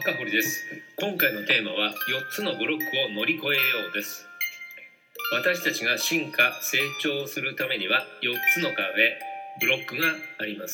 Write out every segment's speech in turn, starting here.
赤堀です。今回のテーマは4つのブロックを乗り越えようです。私たちが進化成長するためには4つの壁ブロックがあります。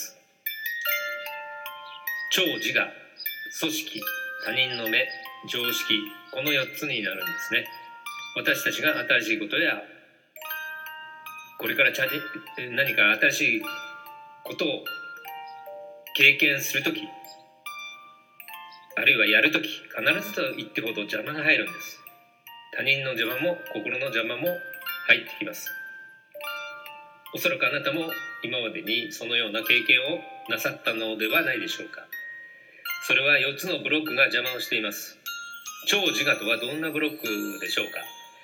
超自我、組織、他人の目、常識、この4つになるんですね。私たちが新しいことやこれから何か新しいことを経験するとき、あるいはやるとき、必ずと言ってほど邪魔が入るんです。他人の邪魔も心の邪魔も入ってきます。おそらくあなたも今までにそのような経験をなさったのではないでしょうか。それは4つのブロックが邪魔をしています。超自我とはどんなブロックでしょうか。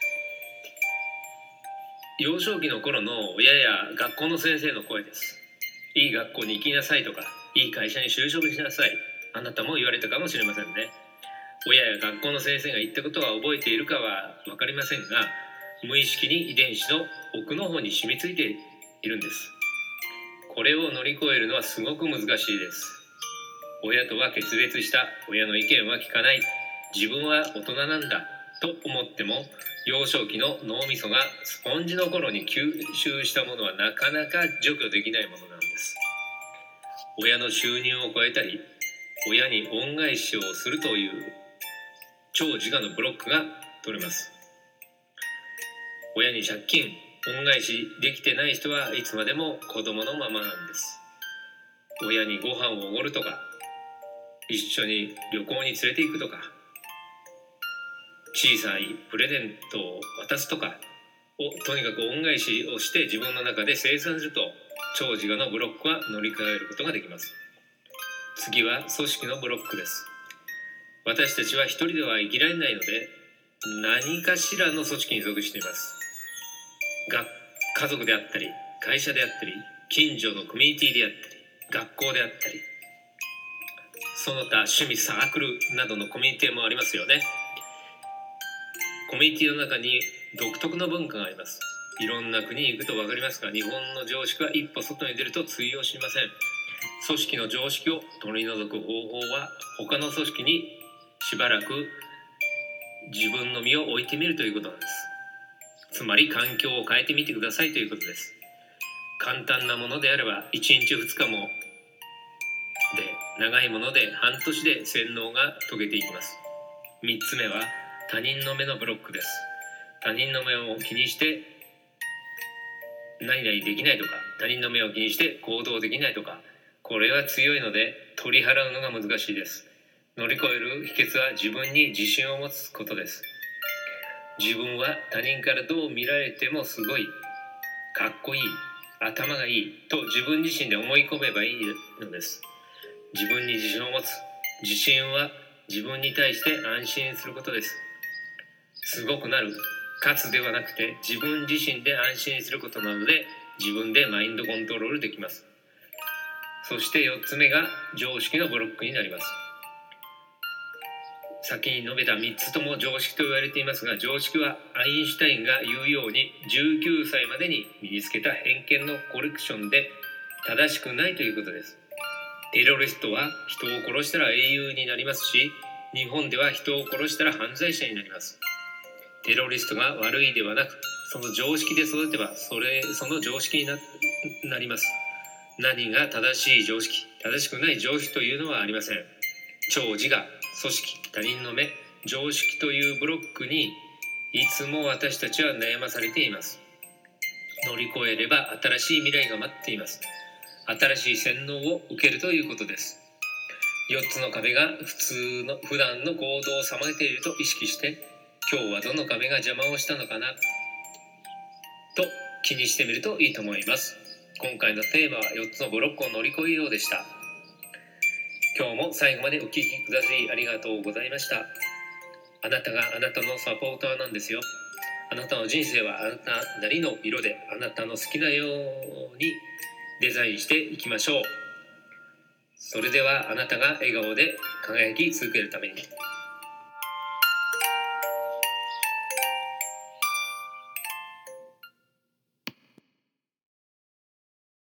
幼少期の頃の親や学校の先生の声です。いい学校に行きなさいとか、いい会社に就職しなさい。あなたも言われたかもしれませんね。親や学校の先生が言ったことは覚えているかは分かりませんが、無意識に遺伝子の奥の方に染みついているんです。これを乗り越えるのはすごく難しいです。親とは決別した、親の意見は聞かない、自分は大人なんだと思っても、幼少期の脳みそがスポンジの頃に吸収したものはなかなか除去できないものなんです。親の収入を超えたり、親に恩返しをするという超自我のブロックが取れます。親に借金、恩返しできてない人はいつまでも子供のままなんです。親にご飯をおごるとか、一緒に旅行に連れて行くとか、小さいプレゼントを渡すとかをとにかく恩返しをして自分の中で清算すると、超自我のブロックは乗り換えることができます。次は組織のブロックです。私たちは一人では生きられないので、何かしらの組織に属しています。家族であったり、会社であったり、近所のコミュニティであったり、学校であったり、その他趣味サークルなどのコミュニティもありますよね。コミュニティの中に独特の文化があります。いろんな国に行くと分かりますが、日本の常識は一歩外に出ると通用しません。組織の常識を取り除く方法は、他の組織にしばらく自分の身を置いてみるということなんです。つまり環境を変えてみてくださいということです。簡単なものであれば1日2日もで、長いもので半年で洗脳が解けていきます。3つ目は他人の目のブロックです。他人の目を気にして何々できないとか、他人の目を気にして行動できないとか、これは強いので取り払うのが難しいです。乗り越える秘訣は自分に自信を持つことです。自分は他人からどう見られてもすごい、かっこいい、頭がいいと自分自身で思い込めばいいのです。自分に自信を持つ。自信は自分に対して安心することです。すごくなる、勝つではなくて自分自身で安心することなので、自分でマインドコントロールできます。そして4つ目が常識のブロックになります。先に述べた3つとも常識と言われていますが、常識はアインシュタインが言うように19歳までに身につけた偏見のコレクションで正しくないということです。テロリストは人を殺したら英雄になりますし、日本では人を殺したら犯罪者になります。テロリストが悪いではなく、その常識で育てばその常識に なります。何が正しい常識、正しくない常識というのはありません。超自我、組織、他人の目、常識というブロックにいつも私たちは悩まされています。乗り越えれば新しい未来が待っています。新しい洗脳を受けるということです。4つの壁が普段の行動を妨げていると意識して、今日はどの壁が邪魔をしたのかなと気にしてみるといいと思います。今回のテーマは4つのブロックを乗り越えようでした。今日も最後までお聞きくださりありがとうございました。あなたがあなたのサポーターなんですよ。あなたの人生はあなたなりの色で、あなたの好きなようにデザインしていきましょう。それではあなたが笑顔で輝き続けるために。